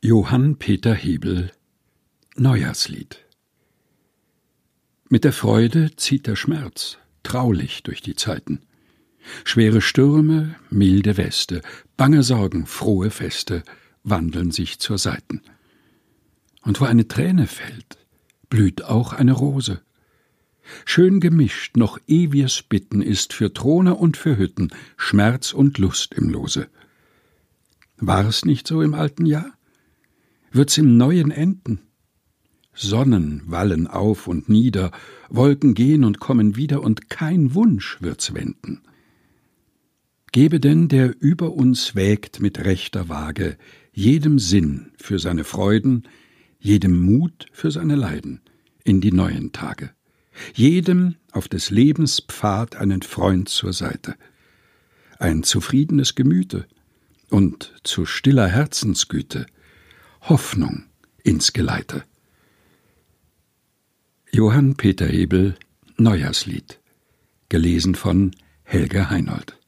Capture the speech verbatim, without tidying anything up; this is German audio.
Johann Peter Hebel Neujahrslied. Mit der Freude zieht der Schmerz traulich durch die Zeiten. Schwere Stürme, milde Weste, bange Sorgen, frohe Feste wandeln sich zur Seiten. Und wo eine Träne fällt, blüht auch eine Rose. Schön gemischt noch eh wir's bitten ist für Throne und für Hütten, Schmerz und Lust im Lose. War's nicht so im alten Jahr? Wird's im neuen enden? Sonnen wallen auf und nieder, Wolken gehen und kommen wieder, und kein Wunsch wird's wenden. Gebe denn, der über uns wägt mit rechter Waage, jedem Sinn für seine Freuden, jedem Mut für seine Leiden, in die neuen Tage, jedem auf des Lebens Pfad einen Freund zur Seite, ein zufriedenes Gemüte und zu stiller Herzensgüte Hoffnung ins Geleite. Johann Peter Hebel Neujahrslied, gelesen von Helge Heinold.